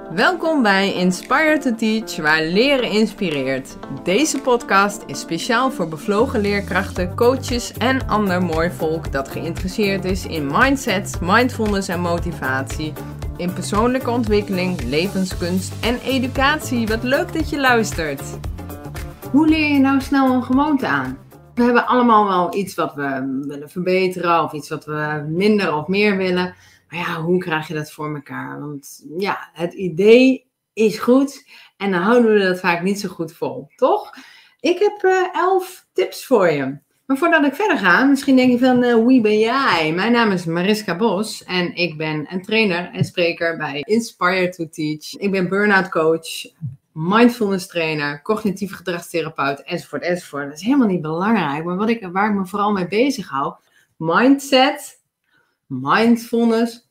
Welkom bij Inspire to Teach, waar leren inspireert. Deze podcast is speciaal voor bevlogen leerkrachten, coaches en ander mooi volk dat geïnteresseerd is in mindset, mindfulness en motivatie, in persoonlijke ontwikkeling, levenskunst en educatie. Wat leuk dat je luistert. Hoe leer je nou snel een gewoonte aan? We hebben allemaal wel iets wat we willen verbeteren of iets wat we minder of meer willen. Maar ja, hoe krijg je dat voor elkaar? Want ja, het idee is goed en dan houden we dat vaak niet zo goed vol, toch? Ik heb 11 tips voor je. Maar voordat ik verder ga, misschien denk je van wie ben jij? Mijn naam is Mariska Bos en ik ben een trainer en spreker bij Inspire to Teach. Ik ben burn-out coach, mindfulness trainer, cognitieve gedragstherapeut enzovoort enzovoort. Dat is helemaal niet belangrijk, maar waar ik me vooral mee bezig hou, mindset, mindfulness,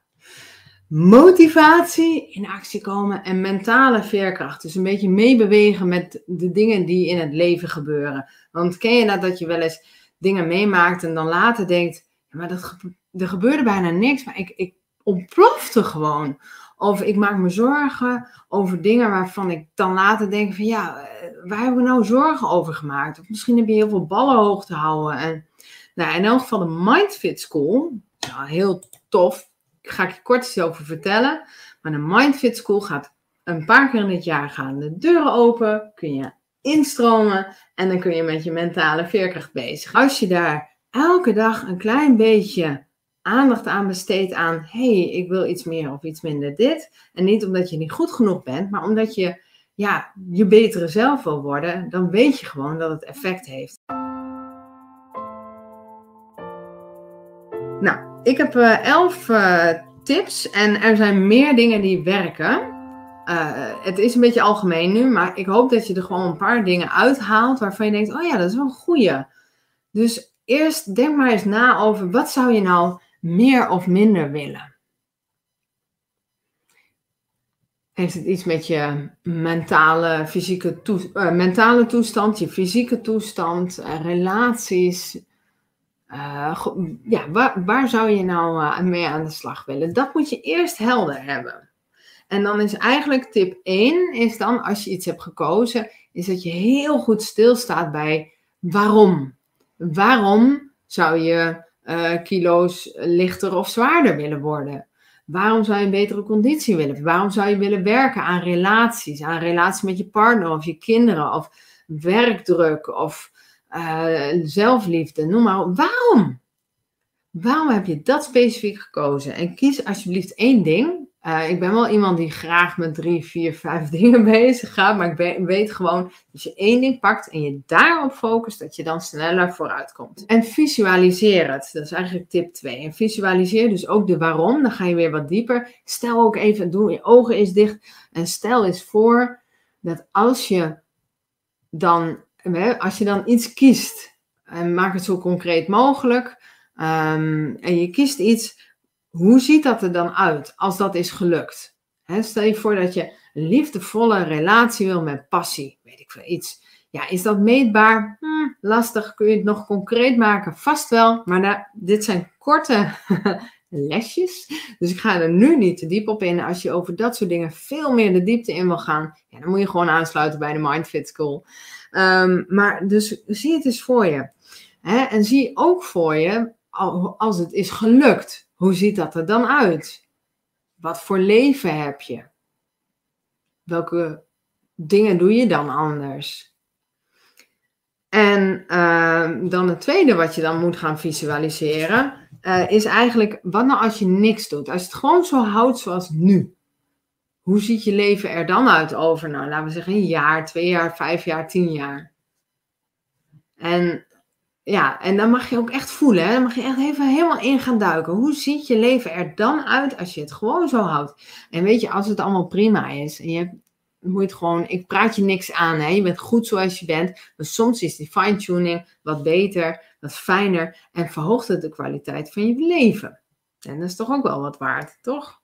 motivatie, in actie komen en mentale veerkracht. Dus een beetje meebewegen met de dingen die in het leven gebeuren. Want ken je dat je wel eens dingen meemaakt en dan later denkt, ja, maar er gebeurde bijna niks, maar ik ontplofte gewoon. Of ik maak me zorgen over dingen waarvan ik dan later denk van ja, waar hebben we nou zorgen over gemaakt? Of misschien heb je heel veel ballen hoog te houden. En nou, in elk geval de Mindfit School, nou, heel tof, ga ik je kort iets over vertellen. Maar de Mindfit School gaat een paar keer in het jaar gaan de deuren open, kun je instromen en dan kun je met je mentale veerkracht bezig. Als je daar elke dag een klein beetje aandacht aan besteedt aan, hey, ik wil iets meer of iets minder dit. En niet omdat je niet goed genoeg bent, maar omdat je je betere zelf wil worden, dan weet je gewoon dat het effect heeft. Nou, ik heb 11 tips en er zijn meer dingen die werken. Het is een beetje algemeen nu, maar ik hoop dat je er gewoon een paar dingen uithaalt waarvan je denkt, oh ja, dat is wel een goeie. Dus eerst denk maar eens na over, wat zou je nou meer of minder willen? Heeft het iets met je mentale toestand, je fysieke toestand, relaties? Waar zou je nou mee aan de slag willen? Dat moet je eerst helder hebben. En dan is eigenlijk tip 1, is dan als je iets hebt gekozen, is dat je heel goed stilstaat bij waarom. Waarom zou je kilo's lichter of zwaarder willen worden? Waarom zou je een betere conditie willen? Waarom zou je willen werken aan relaties met je partner of je kinderen of werkdruk of zelfliefde, noem maar op. Waarom? Waarom heb je dat specifiek gekozen? En kies alsjeblieft 1 ding. Ik ben wel iemand die graag met 3, 4, 5 dingen bezig gaat, maar ik weet gewoon, als je 1 ding pakt en je daarop focust, dat je dan sneller vooruit komt. En visualiseer het. Dat is eigenlijk tip 2. En visualiseer dus ook de waarom. Dan ga je weer wat dieper. Stel ook even, doe je ogen eens dicht en stel eens voor dat als je dan iets kiest, en maak het zo concreet mogelijk, en je kiest iets, hoe ziet dat er dan uit als dat is gelukt? Stel je voor dat je een liefdevolle relatie wil met passie, weet ik veel, iets. Ja, is dat meetbaar? Lastig, kun je het nog concreet maken? Vast wel, maar dit zijn korte lesjes, dus ik ga er nu niet te diep op in. Als je over dat soort dingen veel meer de diepte in wil gaan, ja, dan moet je gewoon aansluiten bij de Mindfit School. Maar dus zie het eens voor je. En zie ook voor je, als het is gelukt, hoe ziet dat er dan uit? Wat voor leven heb je? Welke dingen doe je dan anders? En dan het tweede wat je dan moet gaan visualiseren, is eigenlijk, wat nou als je niks doet? Als je het gewoon zo houdt zoals nu. Hoe ziet je leven er dan uit over, nou, laten we zeggen 1 jaar, 2 jaar, 5 jaar, 10 jaar? En dan mag je ook echt voelen, hè? Dan mag je echt even helemaal in gaan duiken. Hoe ziet je leven er dan uit als je het gewoon zo houdt? En weet je, als het allemaal prima is, en moet je het gewoon, ik praat je niks aan, hè? Je bent goed zoals je bent, maar soms is die fine-tuning wat beter, wat fijner en verhoogt het de kwaliteit van je leven. En dat is toch ook wel wat waard, toch?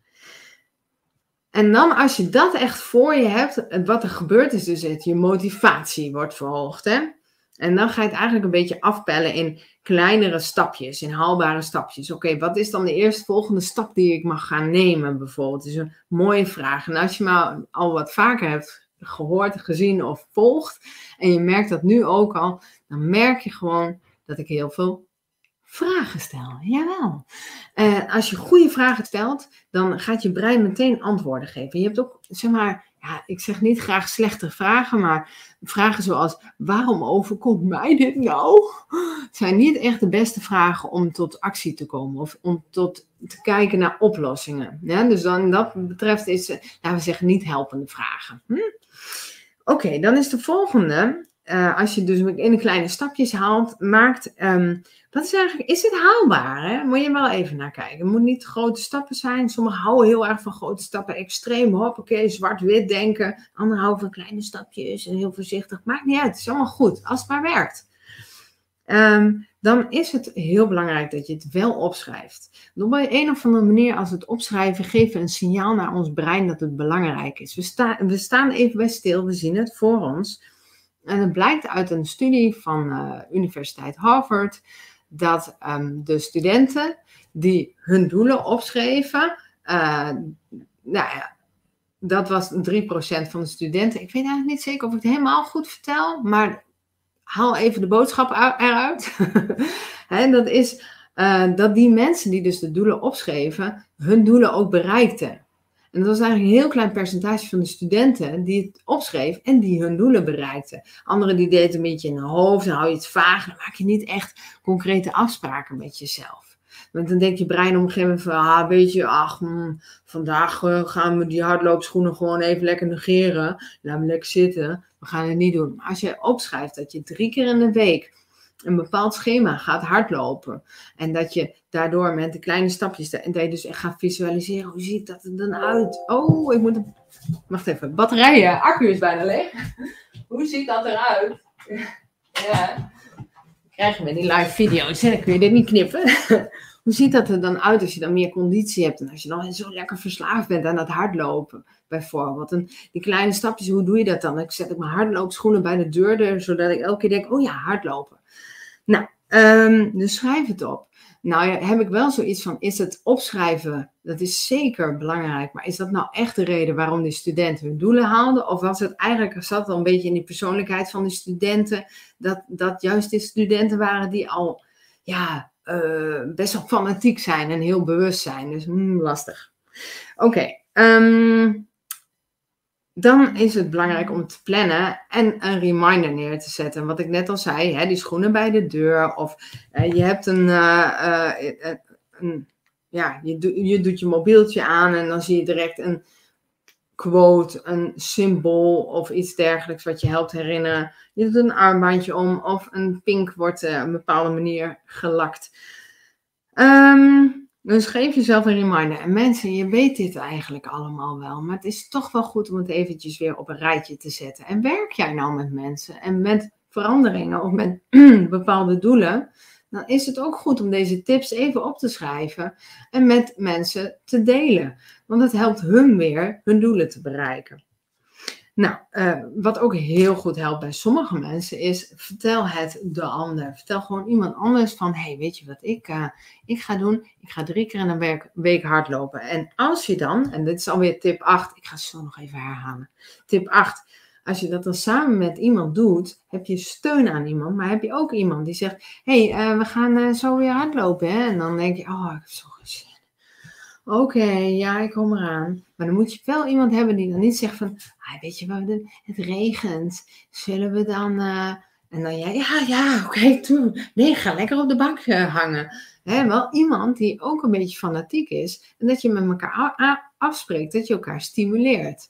En dan als je dat echt voor je hebt, wat er gebeurt is dus dat je motivatie wordt verhoogd, hè? En dan ga je het eigenlijk een beetje afpellen in kleinere stapjes, in haalbare stapjes. Oké, wat is dan de eerstvolgende stap die ik mag gaan nemen bijvoorbeeld? Dat is een mooie vraag. En als je me al wat vaker hebt gehoord, gezien of volgt, en je merkt dat nu ook al, dan merk je gewoon dat ik heel veel vragen stel. Jawel. Als je goede vragen stelt, dan gaat je brein meteen antwoorden geven. Je hebt ook, zeg maar, ja, ik zeg niet graag slechte vragen, maar vragen zoals, waarom overkomt mij dit nou? Zijn niet echt de beste vragen om tot actie te komen of om te kijken naar oplossingen. Ja, dus dan dat betreft is, we zeggen niet helpende vragen. Oké, dan is de volgende, als je dus in de kleine stapjes maakt, wat is eigenlijk, is het haalbaar? Hè? Moet je wel even naar kijken. Het moet niet grote stappen zijn. Sommigen houden heel erg van grote stappen, extreem, hoppakee, zwart-wit denken. Anderen houden van kleine stapjes en heel voorzichtig. Maakt niet uit, het is allemaal goed, als het maar werkt. Dan is het heel belangrijk dat je het wel opschrijft. Op een of andere manier, als we het opschrijven, geven we een signaal naar ons brein dat het belangrijk is. We staan even bij stil, we zien het voor ons. En het blijkt uit een studie van Universiteit Harvard dat de studenten die hun doelen opschreven, dat was 3% van de studenten. Ik weet eigenlijk niet zeker of ik het helemaal goed vertel, maar haal even de boodschap eruit. Dat is dat die mensen die dus de doelen opschreven, hun doelen ook bereikten. En dat was eigenlijk een heel klein percentage van de studenten die het opschreef en die hun doelen bereikten. Anderen die deden het een beetje in hun hoofd, dan hou je het vaag, dan maak je niet echt concrete afspraken met jezelf. Want dan denkt je brein op een gegeven moment van, vandaag gaan we die hardloopschoenen gewoon even lekker negeren. Laat me lekker zitten, we gaan het niet doen. Maar als je opschrijft dat je 3 keer in de week een bepaald schema gaat hardlopen. En dat je daardoor met de kleine stapjes, en dat je dus echt gaat visualiseren, hoe ziet dat er dan uit? Oh, wacht even, batterijen, accu is bijna leeg. Hoe ziet dat eruit? Ja, krijg je met die live video's, dan kun je dit niet knippen. Hoe ziet dat er dan uit als je dan meer conditie hebt en als je dan zo lekker verslaafd bent aan het hardlopen, bijvoorbeeld. En die kleine stapjes, hoe doe je dat dan? Ik zet mijn hardloopschoenen bij de deur, zodat ik elke keer denk, oh ja, hardlopen. Nou, dus schrijf het op. Nou ja, heb ik wel zoiets van, is het opschrijven, dat is zeker belangrijk, maar is dat nou echt de reden waarom die studenten hun doelen haalden? Of was het eigenlijk, zat het al een beetje in die persoonlijkheid van de studenten, dat juist die studenten waren die al, best wel fanatiek zijn en heel bewust zijn. Dus lastig. Oké, dan is het belangrijk om te plannen en een reminder neer te zetten. Wat ik net al zei, die schoenen bij de deur. Of je hebt je doet je mobieltje aan en dan zie je direct een quote, een symbool of iets dergelijks wat je helpt herinneren. Je doet een armbandje om of een pink wordt op een bepaalde manier gelakt. Dus geef jezelf een reminder. En mensen, je weet dit eigenlijk allemaal wel. Maar het is toch wel goed om het eventjes weer op een rijtje te zetten. En werk jij nou met mensen en met veranderingen of met bepaalde doelen, dan is het ook goed om deze tips even op te schrijven en met mensen te delen. Want het helpt hun weer hun doelen te bereiken. Nou, wat ook heel goed helpt bij sommige mensen is, vertel het de ander. Vertel gewoon iemand anders van, hey, weet je wat ik ga doen? Ik ga 3 keer in een week hardlopen. En als je dan, en dit is alweer tip 8, ik ga het zo nog even herhalen. Tip 8, als je dat dan samen met iemand doet, heb je steun aan iemand, maar heb je ook iemand die zegt, hey, we gaan zo weer hardlopen. Hè? En dan denk je, oh, ik heb zo geen zin. Oké, ja, ik kom eraan. Maar dan moet je wel iemand hebben die dan niet zegt van, weet je wat, het regent. Zullen we dan... En dan oké, toe. Nee, ga lekker op de bank hangen. Wel iemand die ook een beetje fanatiek is. En dat je met elkaar afspreekt, dat je elkaar stimuleert.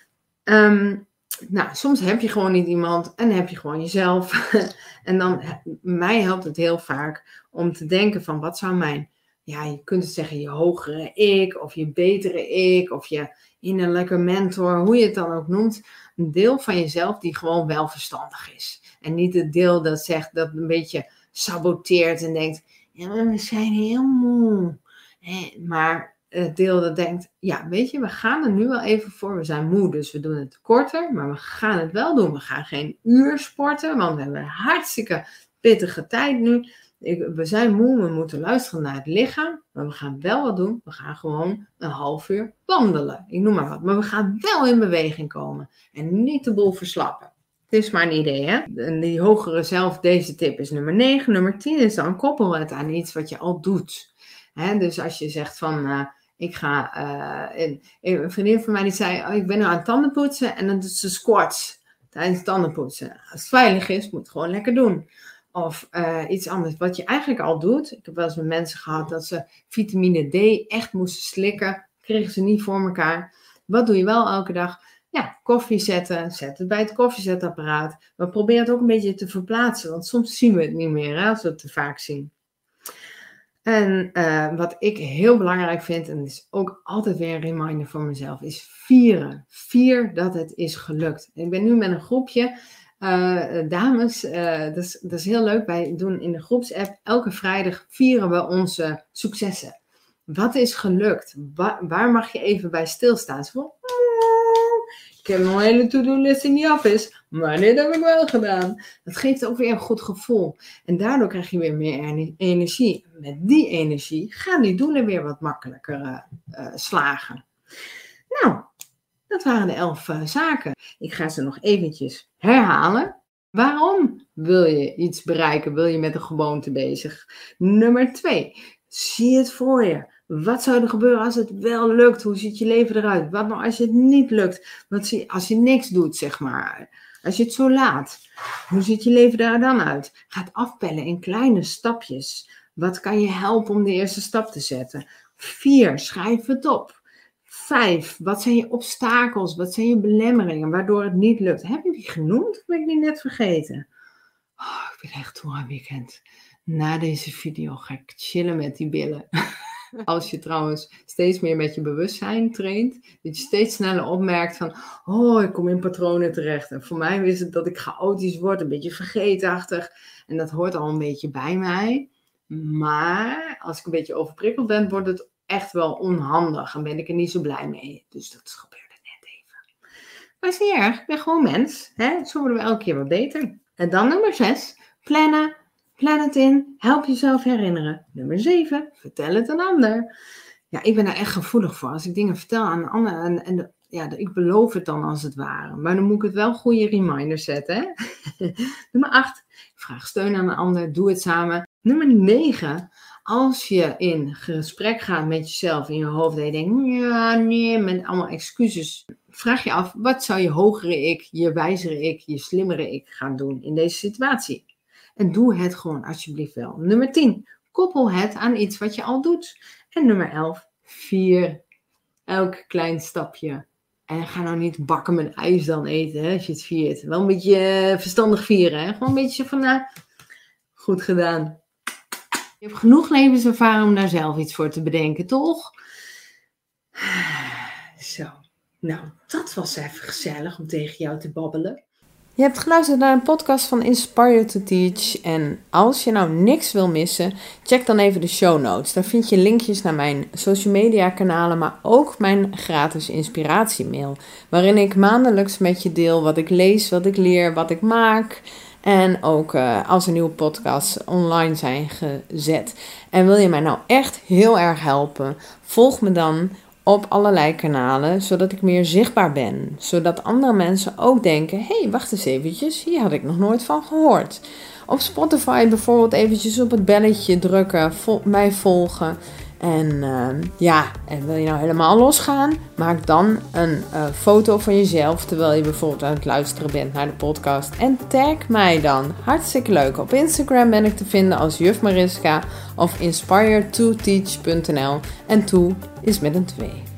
Soms heb je gewoon niet iemand en dan heb je gewoon jezelf. En dan, mij helpt het heel vaak om te denken van, wat zou mijn... Ja, je kunt het zeggen je hogere ik, of je betere ik, of je innerlijke mentor, hoe je het dan ook noemt. Een deel van jezelf die gewoon wel verstandig is. En niet het deel dat zegt, dat een beetje saboteert en denkt, ja, we zijn heel moe. Maar deel dat denkt, ja, weet je, we gaan er nu wel even voor. We zijn moe, dus we doen het korter, maar we gaan het wel doen. We gaan geen uur sporten, want we hebben een hartstikke pittige tijd nu. We zijn moe, we moeten luisteren naar het lichaam, maar we gaan wel wat doen. We gaan gewoon een half uur wandelen, ik noem maar wat. Maar we gaan wel in beweging komen en niet de boel verslappen. Het is maar een idee, hè. En die hogere zelf, deze tip is nummer 9. Nummer 10 is dan koppel het aan iets wat je al doet. Dus als je zegt van, ik ga, een vriendin van mij die zei, ik ben nu aan het tandenpoetsen en dan doet ze squats tijdens het tandenpoetsen. Als het veilig is, moet je het gewoon lekker doen. Of iets anders wat je eigenlijk al doet. Ik heb wel eens met mensen gehad dat ze vitamine D echt moesten slikken. Kregen ze niet voor elkaar. Wat doe je wel elke dag? Ja, koffie zetten. Zet het bij het koffiezetapparaat. Maar probeer het ook een beetje te verplaatsen. Want soms zien we het niet meer, hè, als we het te vaak zien. En wat ik heel belangrijk vind, en dat is ook altijd weer een reminder voor mezelf, is vieren. Vier dat het is gelukt. Ik ben nu met een groepje dames, dat is heel leuk. Wij doen in de groepsapp, elke vrijdag vieren we onze successen. Wat is gelukt? Waar mag je even bij stilstaan? Zo, ik heb nog een hele to-do-list in die af is, maar dit heb ik wel gedaan. Dat geeft ook weer een goed gevoel. En daardoor krijg je weer meer energie. Met die energie gaan die doelen weer wat makkelijker slagen. Nou, dat waren de 11 zaken. Ik ga ze nog eventjes herhalen. Waarom wil je iets bereiken? Wil je met een gewoonte bezig? Nummer 2. Zie het voor je. Wat zou er gebeuren als het wel lukt? Hoe ziet je leven eruit? Wat nou als het niet lukt? Als je niks doet, zeg maar. Als je het zo laat. Hoe ziet je leven er dan uit? Ga het afpellen in kleine stapjes. Wat kan je helpen om de eerste stap te zetten? 4. Schrijf het op. 5. Wat zijn je obstakels? Wat zijn je belemmeringen waardoor het niet lukt? Heb je die genoemd of ben ik die net vergeten? Oh, ik ben echt toe aan weekend. Na deze video ga ik chillen met die billen. Als je trouwens steeds meer met je bewustzijn traint, dat je steeds sneller opmerkt van, oh, ik kom in patronen terecht. En voor mij is het dat ik chaotisch word, een beetje vergeetachtig. En dat hoort al een beetje bij mij. Maar als ik een beetje overprikkeld ben, wordt het echt wel onhandig en ben ik er niet zo blij mee. Dus dat gebeurde net even. Maar is niet erg, ik ben gewoon mens. Hè? Zo worden we elke keer wat beter. En dan nummer 6, plannen. Plan het in, help jezelf herinneren. Nummer 7, vertel het een ander. Ja, ik ben daar echt gevoelig voor. Als ik dingen vertel aan een ander, ik beloof het dan als het ware. Maar dan moet ik het wel goede reminders zetten. Hè? Nummer 8, vraag steun aan een ander, doe het samen. Nummer 9, als je in gesprek gaat met jezelf in je hoofd en je denkt, ja, nee, met allemaal excuses. Vraag je af, wat zou je hogere ik, je wijzere ik, je slimmere ik gaan doen in deze situatie? En doe het gewoon alsjeblieft wel. Nummer 10. Koppel het aan iets wat je al doet. En nummer 11. Vier elk klein stapje. En ga nou niet bakken met ijs dan eten, hè, als je het viert. Wel een beetje verstandig vieren. Hè? Gewoon een beetje van, goed gedaan. Je hebt genoeg levenservaring om daar zelf iets voor te bedenken, toch? Zo. Nou, dat was even gezellig om tegen jou te babbelen. Je hebt geluisterd naar een podcast van Inspire to Teach. En als je nou niks wil missen, check dan even de show notes. Daar vind je linkjes naar mijn social media kanalen, maar ook mijn gratis inspiratiemail. Waarin ik maandelijks met je deel wat ik lees, wat ik leer, wat ik maak. En ook als er nieuwe podcasts online zijn gezet. En wil je mij nou echt heel erg helpen, volg me dan op allerlei kanalen, zodat ik meer zichtbaar ben. Zodat andere mensen ook denken, hé, wacht eens eventjes, hier had ik nog nooit van gehoord. Op Spotify bijvoorbeeld eventjes op het belletje drukken, mij volgen. En en wil je nou helemaal losgaan? Maak dan een foto van jezelf, terwijl je bijvoorbeeld aan het luisteren bent naar de podcast. En tag mij dan. Hartstikke leuk. Op Instagram ben ik te vinden als Juf Mariska of inspiretoteach.nl. En toe is met een 2.